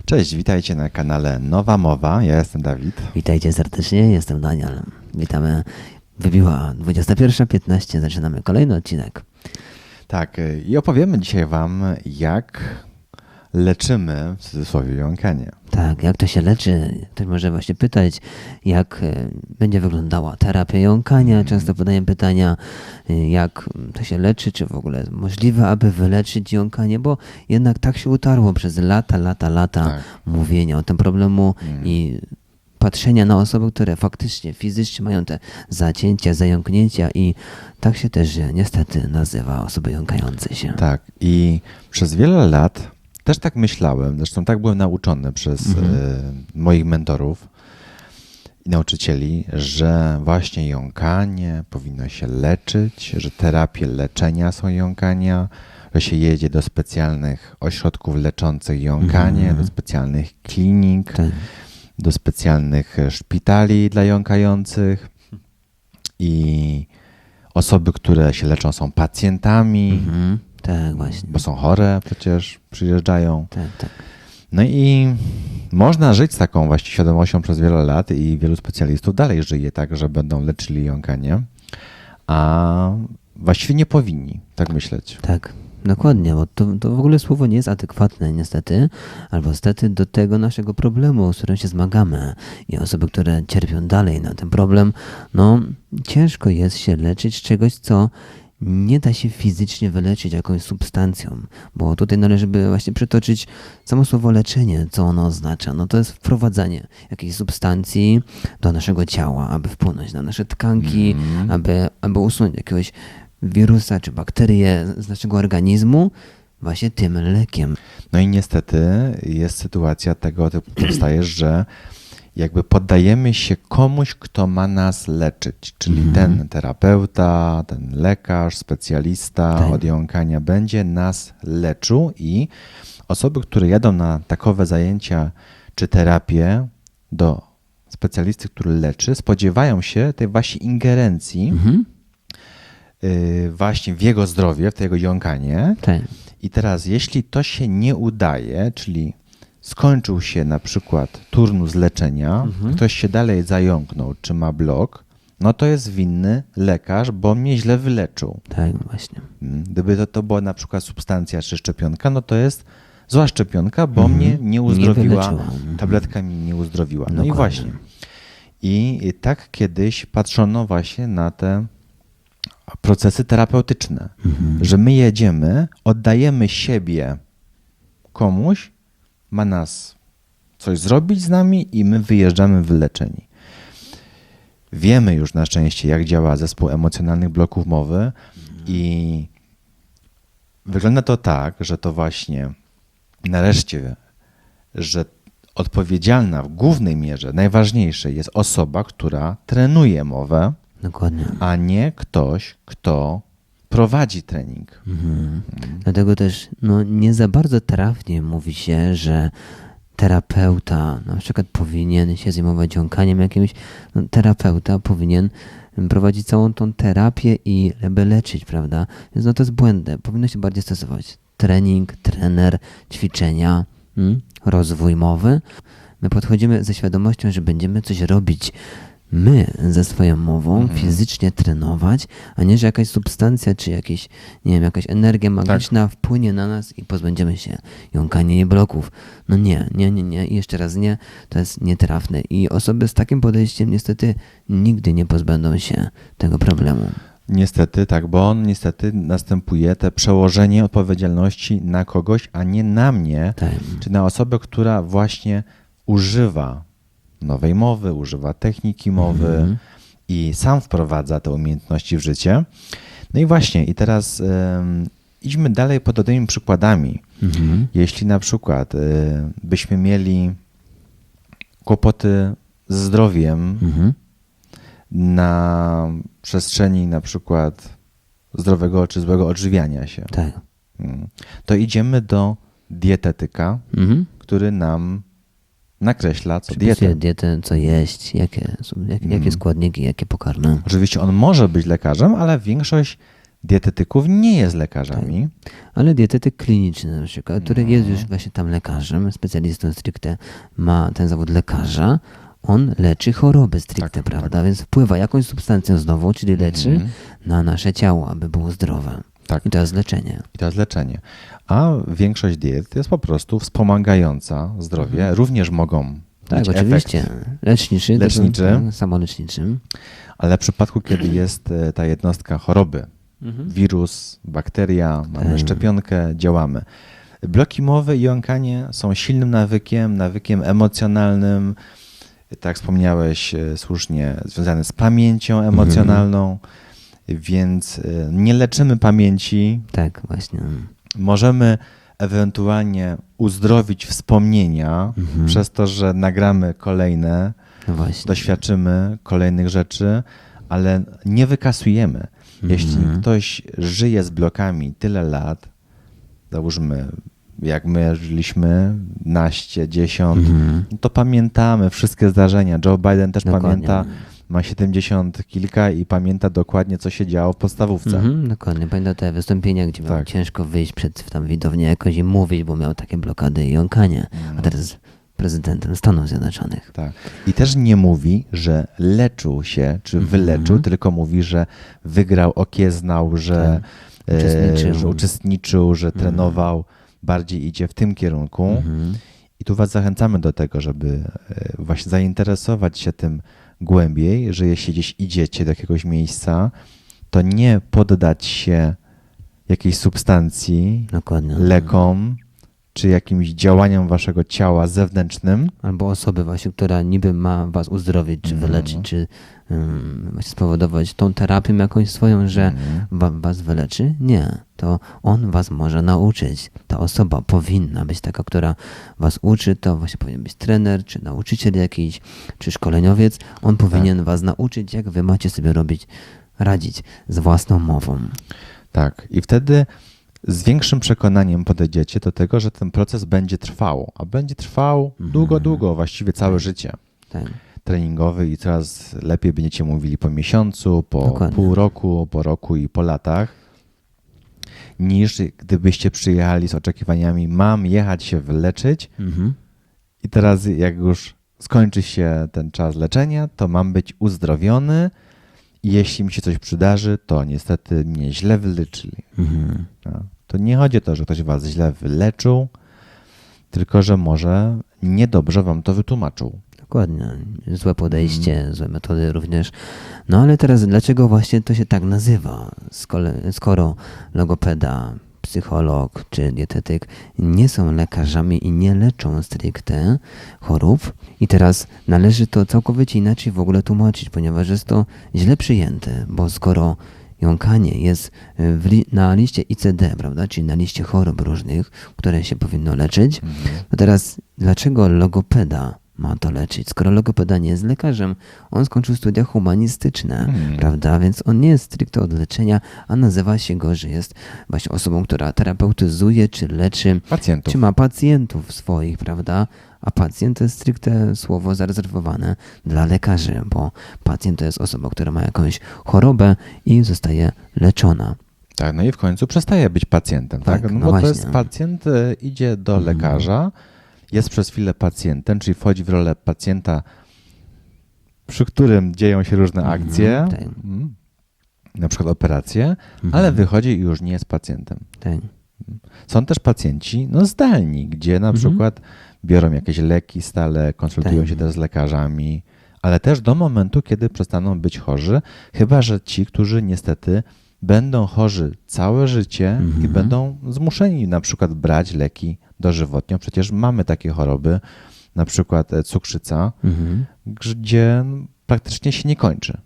Cześć, witajcie na kanale Nowa Mowa. Ja jestem Dawid. Witajcie serdecznie, jestem Daniel. Witamy. Wybiła 21:15, zaczynamy kolejny odcinek. Tak, i opowiemy dzisiaj Wam, jak leczymy, w cudzysłowie, jąkanie. Tak, jak to się leczy? Ktoś może właśnie pytać, jak będzie wyglądała terapia jąkania. Często podaję pytania, jak to się leczy, czy w ogóle jest możliwe, aby wyleczyć jąkanie, bo jednak tak się utarło przez lata Tak. mówienia o tym problemu i patrzenia na osoby, które faktycznie, fizycznie mają te zacięcia, zająknięcia i tak się też niestety nazywa osoby jąkające się. Tak, i przez wiele lat też tak myślałem, zresztą tak byłem nauczony przez moich mentorów i nauczycieli, że właśnie jąkanie powinno się leczyć, że terapie leczenia są jąkania, że się jedzie do specjalnych ośrodków leczących jąkanie, do specjalnych klinik, Tak. do specjalnych szpitali dla jąkających i osoby, które się leczą, są pacjentami, Tak, właśnie. bo są chore, przecież przyjeżdżają. Tak. No i można żyć z taką właśnie świadomością przez wiele lat i wielu specjalistów dalej żyje tak, że będą leczyli jąkanie, a właściwie nie powinni tak myśleć. Tak, dokładnie, bo to w ogóle słowo nie jest adekwatne niestety, albo stety do tego naszego problemu, z którym się zmagamy. I osoby, które cierpią dalej na ten problem, no ciężko jest się leczyć z czegoś, co nie da się fizycznie wyleczyć jakąś substancją, bo tutaj należy by właśnie przytoczyć samo słowo leczenie, co ono oznacza. No to jest wprowadzanie jakiejś substancji do naszego ciała, aby wpłynąć na nasze tkanki, aby usunąć jakiegoś wirusa czy bakterię z naszego organizmu właśnie tym lekiem. No i niestety jest sytuacja tego typu powstaje, że jakby poddajemy się komuś, kto ma nas leczyć, czyli ten terapeuta, ten lekarz, specjalista od jąkania będzie nas leczył i osoby, które jadą na takowe zajęcia czy terapię do specjalisty, który leczy, spodziewają się tej właśnie ingerencji właśnie w jego zdrowie, w to jego jąkanie. Tak. I teraz, jeśli to się nie udaje, czyli skończył się na przykład turnus leczenia, ktoś się dalej zająknął, czy ma blok, no to jest winny lekarz, bo on mnie źle wyleczył. Tak, właśnie. Gdyby to była na przykład substancja czy szczepionka, no to jest zła szczepionka, bo mnie nie uzdrowiła, wyleczyła. tabletka mi nie uzdrowiła. No i Dokładnie. właśnie. I tak kiedyś patrzono właśnie na te procesy terapeutyczne, że my jedziemy, oddajemy siebie komuś, ma nas coś zrobić z nami i my wyjeżdżamy wyleczeni. Wiemy już na szczęście, jak działa zespół emocjonalnych bloków mowy i wygląda to tak, że to właśnie nareszcie, że odpowiedzialna w głównej mierze, najważniejsze jest osoba, która trenuje mowę, Dokładnie. a nie ktoś, kto prowadzi trening. Dlatego też nie za bardzo trafnie mówi się, że terapeuta na przykład powinien się zajmować jąkaniem jakimś. Terapeuta powinien prowadzić całą tą terapię i by leczyć, prawda? Więc to jest błędne. Powinno się bardziej stosować trening, trener, ćwiczenia, rozwój mowy. My podchodzimy ze świadomością, że będziemy coś robić my ze swoją mową, fizycznie trenować, a nie, że jakaś substancja, czy jakieś, nie wiem, jakaś energia magiczna wpłynie na nas i pozbędziemy się jąkania i bloków. No nie. I jeszcze raz nie. To jest nietrafne. I osoby z takim podejściem niestety nigdy nie pozbędą się tego problemu. Niestety, tak, bo on niestety następuje te przełożenie odpowiedzialności na kogoś, a nie na mnie, Tak. czy na osobę, która właśnie używa nowej mowy, używa techniki mowy i sam wprowadza te umiejętności w życie. No i właśnie, i teraz idźmy dalej podobnymi przykładami. Jeśli na przykład byśmy mieli kłopoty ze zdrowiem na przestrzeni na przykład zdrowego czy złego odżywiania się, Tak. to idziemy do dietetyka, który nam nakreśla co dietę. Dietę, co jeść, jakie składniki, jakie pokarmy. Oczywiście on może być lekarzem, ale większość dietetyków nie jest lekarzami. Ale dietetyk kliniczny na przykład, który jest już właśnie tam lekarzem, specjalistą stricte, ma ten zawód lekarza, on leczy choroby stricte, prawda? Więc wpływa jakąś substancją znowu, czyli leczy na nasze ciało, aby było zdrowe. Tak. I to jest leczenie. A większość diet jest po prostu wspomagająca zdrowie. Również mogą Tak, mieć oczywiście. efekt Leczniczy. Samoleczniczy. ale w przypadku, kiedy jest ta jednostka choroby, wirus, bakteria, mamy szczepionkę, działamy. Bloki mowy i jąkanie są silnym nawykiem emocjonalnym, tak jak wspomniałeś słusznie, związany z pamięcią emocjonalną, więc nie leczymy pamięci. Tak, właśnie. Możemy ewentualnie uzdrowić wspomnienia przez to, że nagramy kolejne, No właśnie. doświadczymy kolejnych rzeczy, ale nie wykasujemy. Jeśli ktoś żyje z blokami tyle lat, załóżmy, jak my żyliśmy, 10, to pamiętamy wszystkie zdarzenia. Joe Biden też pamięta, ma 70 kilka i pamięta dokładnie, co się działo w podstawówce. Dokładnie. Pamiętam te wystąpienia, gdzie miał ciężko wyjść przed tam widownię jakoś i mówić, bo miał takie blokady i jąkanie. A teraz jest prezydentem Stanów Zjednoczonych. Tak. I też nie mówi, że leczył się, czy wyleczył, tylko mówi, że wygrał, okieznał, że uczestniczył, że trenował. Bardziej idzie w tym kierunku. I tu was zachęcamy do tego, żeby właśnie zainteresować się tym głębiej, że jeśli gdzieś idziecie do jakiegoś miejsca, to nie poddać się jakiejś substancji, lekom, czy jakimś działaniom waszego ciała zewnętrznym. Albo osoby właśnie, która niby ma was uzdrowić, czy wyleczyć, czy właśnie spowodować tą terapią jakąś swoją, że was wyleczy. Nie. To on was może nauczyć. Ta osoba powinna być taka, która was uczy. To właśnie powinien być trener, czy nauczyciel jakiś, czy szkoleniowiec. On powinien was nauczyć, jak wy macie sobie radzić z własną mową. Tak. I wtedy z większym przekonaniem podejdziecie do tego, że ten proces będzie trwał, a będzie trwał długo, właściwie całe życie treningowy i coraz lepiej będziecie mówili po miesiącu, po pół roku, po roku i po latach, niż gdybyście przyjechali z oczekiwaniami, mam jechać się wyleczyć i teraz jak już skończy się ten czas leczenia, to mam być uzdrowiony i jeśli mi się coś przydarzy, to niestety mnie źle wyleczyli. To nie chodzi o to, że ktoś was źle wyleczył, tylko że może niedobrze wam to wytłumaczył. Dokładnie. Złe podejście, złe metody również. No ale teraz dlaczego właśnie to się tak nazywa? Skoro logopeda, psycholog czy dietetyk nie są lekarzami i nie leczą stricte chorób i teraz należy to całkowicie inaczej w ogóle tłumaczyć, ponieważ jest to źle przyjęte, bo skoro jąkanie jest na liście ICD, prawda, czyli na liście chorób różnych, które się powinno leczyć, to teraz dlaczego logopeda ma to leczyć? Skoro logopeda nie jest lekarzem, on skończył studia humanistyczne, prawda, więc on nie jest stricte od leczenia, a nazywa się go, że jest właśnie osobą, która terapeutyzuje, czy leczy, pacjentów. Czy ma pacjentów swoich, prawda, a pacjent to jest stricte słowo zarezerwowane dla lekarzy, bo pacjent to jest osoba, która ma jakąś chorobę i zostaje leczona. Tak, no i w końcu przestaje być pacjentem, tak? No bo właśnie. to jest pacjent, idzie do lekarza, jest przez chwilę pacjentem, czyli wchodzi w rolę pacjenta, przy którym dzieją się różne akcje, na przykład operacje, ale wychodzi i już nie jest pacjentem. Są też pacjenci zdalni, gdzie na przykład biorą jakieś leki stale, konsultują się też z lekarzami, ale też do momentu, kiedy przestaną być chorzy, chyba że ci, którzy niestety będą chorzy całe życie i będą zmuszeni na przykład brać leki dożywotnio. Przecież mamy takie choroby, na przykład cukrzyca, gdzie praktycznie się nie kończy.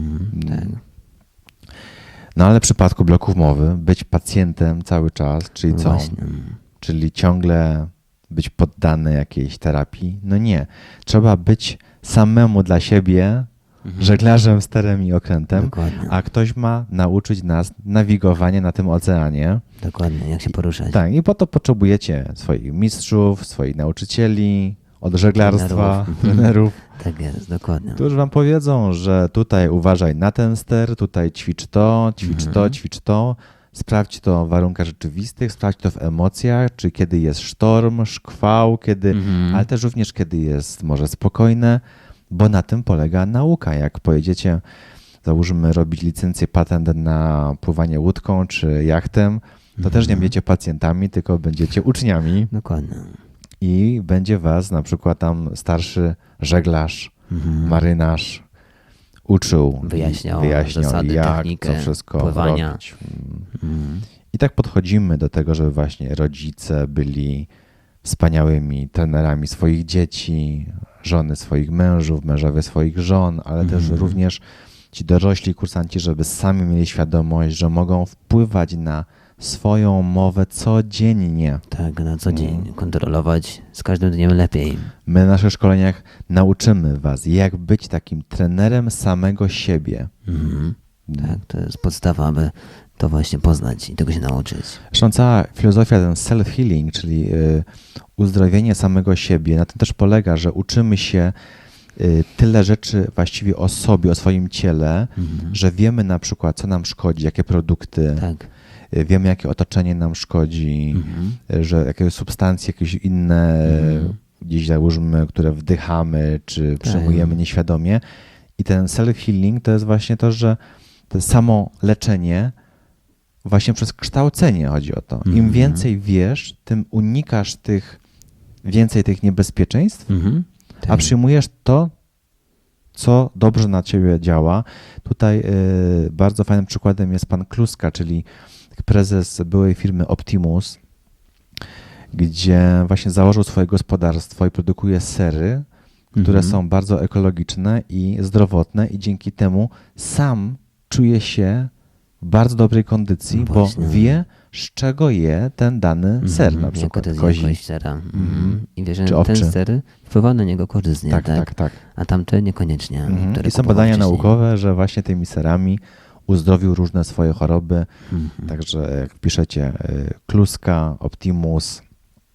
No ale w przypadku bloków mowy być pacjentem cały czas, czyli co? Czyli ciągle być poddany jakiejś terapii? No nie. Trzeba być samemu dla siebie żeglarzem, sterem i okrętem, a ktoś ma nauczyć nas nawigowania na tym oceanie. Dokładnie, jak się poruszać. Tak, i po to potrzebujecie swoich mistrzów, swoich nauczycieli, od żeglarstwa, trenerów. Tak jest, dokładnie. Którzy wam powiedzą, że tutaj uważaj na ten ster, tutaj ćwicz to, ćwicz to. Sprawdź to w warunkach rzeczywistych, sprawdź to w emocjach, czy kiedy jest sztorm, szkwał, ale też również kiedy jest może spokojne, bo na tym polega nauka. Jak pojedziecie, załóżmy, robić licencję, patent na pływanie łódką czy jachtem, to też nie będziecie pacjentami, tylko będziecie uczniami. Dokładnie. I będzie was na przykład tam starszy żeglarz, marynarz uczył, wyjaśniał zasady, jak technikę to wszystko pływania. robić. I tak podchodzimy do tego, żeby właśnie rodzice byli wspaniałymi trenerami swoich dzieci, żony swoich mężów, mężowie swoich żon, ale też również ci dorośli kursanci, żeby sami mieli świadomość, że mogą wpływać na swoją mowę codziennie. Tak, na co dzień kontrolować z każdym dniem lepiej. My na naszych szkoleniach nauczymy was, jak być takim trenerem samego siebie. Tak, to jest podstawa, aby to właśnie poznać i tego się nauczyć. Zresztą cała filozofia, ten self-healing, czyli uzdrowienie samego siebie, na tym też polega, że uczymy się tyle rzeczy właściwie o sobie, o swoim ciele, że wiemy na przykład, co nam szkodzi, jakie produkty, wiemy, jakie otoczenie nam szkodzi, że jakie substancje, jakieś inne, gdzieś załóżmy, które wdychamy, czy przyjmujemy nieświadomie. I ten self-healing to jest właśnie to, że to samo leczenie właśnie przez kształcenie chodzi o to. Im więcej wiesz, tym unikasz więcej tych niebezpieczeństw, a przyjmujesz to, co dobrze na ciebie działa. Tutaj bardzo fajnym przykładem jest pan Kluska, czyli prezes byłej firmy Optimus, gdzie właśnie założył swoje gospodarstwo i produkuje sery, które są bardzo ekologiczne i zdrowotne i dzięki temu sam czuje się w bardzo dobrej kondycji, bo wie, z czego je ten dany ser, na przykład kozi. Sera. I wie, że ten ser wpływa na niego korzystnie, tak? A tamte niekoniecznie. I są badania naukowe, że właśnie tymi serami uzdrowił różne swoje choroby. Także jak piszecie Kluska, Optimus,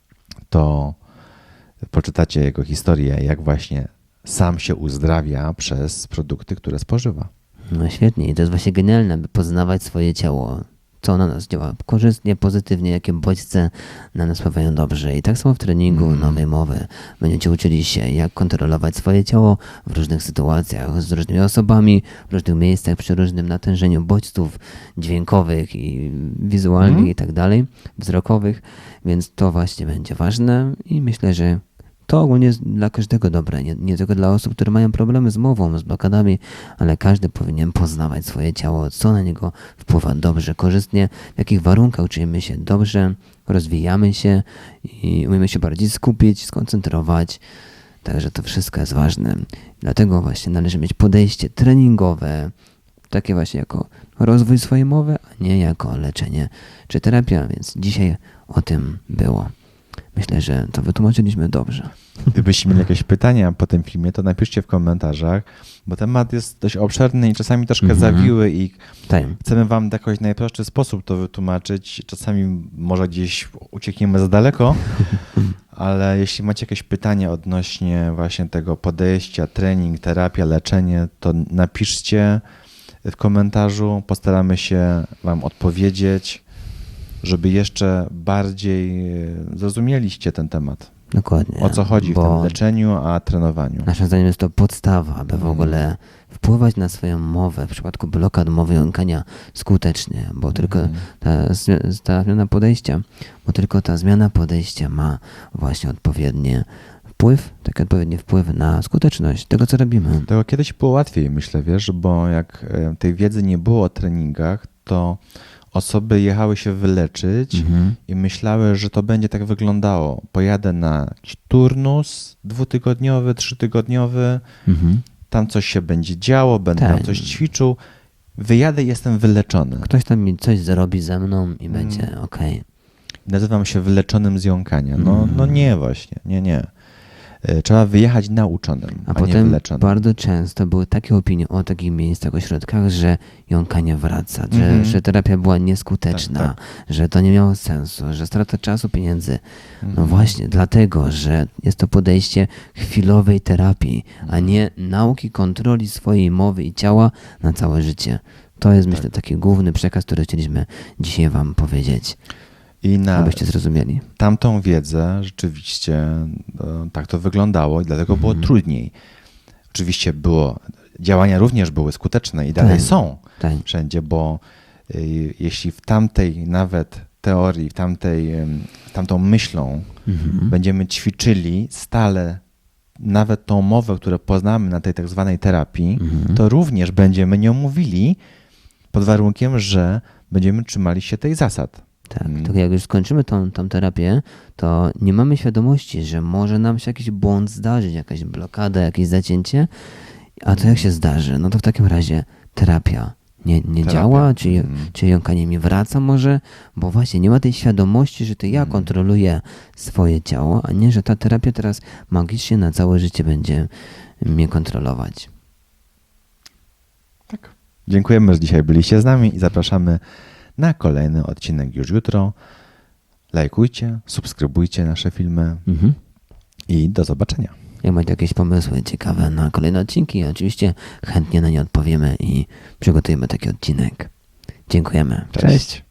to poczytacie jego historię, jak właśnie sam się uzdrawia przez produkty, które spożywa. No świetnie. I to jest właśnie genialne, aby poznawać swoje ciało. Co na nas działa korzystnie, pozytywnie, jakie bodźce na nas wpływają dobrze. I tak samo w treningu nowej mowy będziecie uczyli się, jak kontrolować swoje ciało w różnych sytuacjach, z różnymi osobami, w różnych miejscach, przy różnym natężeniu bodźców dźwiękowych i wizualnych i tak dalej, wzrokowych. Więc to właśnie będzie ważne i myślę, że to ogólnie jest dla każdego dobre, nie tylko dla osób, które mają problemy z mową, z blokadami, ale każdy powinien poznawać swoje ciało, co na niego wpływa dobrze, korzystnie, w jakich warunkach czujemy się dobrze, rozwijamy się i umiemy się bardziej skupić, skoncentrować. Także to wszystko jest ważne. Dlatego właśnie należy mieć podejście treningowe, takie właśnie jako rozwój swojej mowy, a nie jako leczenie czy terapia, więc dzisiaj o tym było. Myślę, że to wytłumaczyliśmy dobrze. Gdybyście mieli jakieś pytania po tym filmie, to napiszcie w komentarzach, bo temat jest dość obszerny i czasami troszkę zawiły i chcemy wam w jakiś najprostszy sposób to wytłumaczyć. Czasami może gdzieś uciekniemy za daleko, ale jeśli macie jakieś pytania odnośnie właśnie tego podejścia, trening, terapia, leczenie, to napiszcie w komentarzu, postaramy się wam odpowiedzieć, żeby jeszcze bardziej zrozumieliście ten temat. Dokładnie. O co chodzi w tym leczeniu, a trenowaniu. Naszym zdaniem jest to podstawa, aby w ogóle wpływać na swoją mowę w przypadku blokad mowy jąkania skutecznie, bo tylko ta zmiana podejścia, ma właśnie odpowiedni wpływ na skuteczność tego, co robimy. Tego kiedyś było łatwiej, myślę, wiesz, bo jak tej wiedzy nie było o treningach, to osoby jechały się wyleczyć i myślały, że to będzie tak wyglądało. Pojadę na jakiś turnus 2-tygodniowy, 3-tygodniowy, tam coś się będzie działo, będę tam coś ćwiczył, wyjadę i jestem wyleczony. Ktoś tam mi coś zrobi ze mną i będzie okej. Nazywam się wyleczonym z jąkania. No nie właśnie, nie. Trzeba wyjechać nauczonym, A nie potem wyleczonym. bardzo często były takie opinie o takich miejscach, ośrodkach, że jąkanie wraca, że terapia była nieskuteczna, Tak, że to nie miało sensu, że strata czasu, pieniędzy. No właśnie, dlatego, że jest to podejście chwilowej terapii, a nie nauki kontroli swojej mowy i ciała na całe życie. To jest, myślę, taki główny przekaz, który chcieliśmy dzisiaj wam powiedzieć, I na abyście zrozumieli. tamtą wiedzę rzeczywiście tak to wyglądało i dlatego było trudniej. Oczywiście działania również były skuteczne i dalej Tak. są Tak. wszędzie, bo jeśli w tamtej nawet teorii, tamtą myślą będziemy ćwiczyli stale nawet tą mowę, którą poznamy na tej tak zwanej terapii, to również będziemy nią mówili pod warunkiem, że będziemy trzymali się tych zasad. Tak, tak jak już skończymy tą terapię, to nie mamy świadomości, że może nam się jakiś błąd zdarzyć, jakaś blokada, jakieś zacięcie, a to jak się zdarzy, no to w takim razie terapia nie działa, czy jąkanie mi wraca może, bo właśnie nie ma tej świadomości, że to ja kontroluję swoje ciało, a nie, że ta terapia teraz magicznie na całe życie będzie mnie kontrolować. Tak. Dziękujemy, że dzisiaj byliście z nami i zapraszamy na kolejny odcinek już jutro. Lajkujcie, subskrybujcie nasze filmy i do zobaczenia. Jak macie jakieś pomysły ciekawe na kolejne odcinki, oczywiście chętnie na nie odpowiemy i przygotujemy taki odcinek. Dziękujemy. Cześć.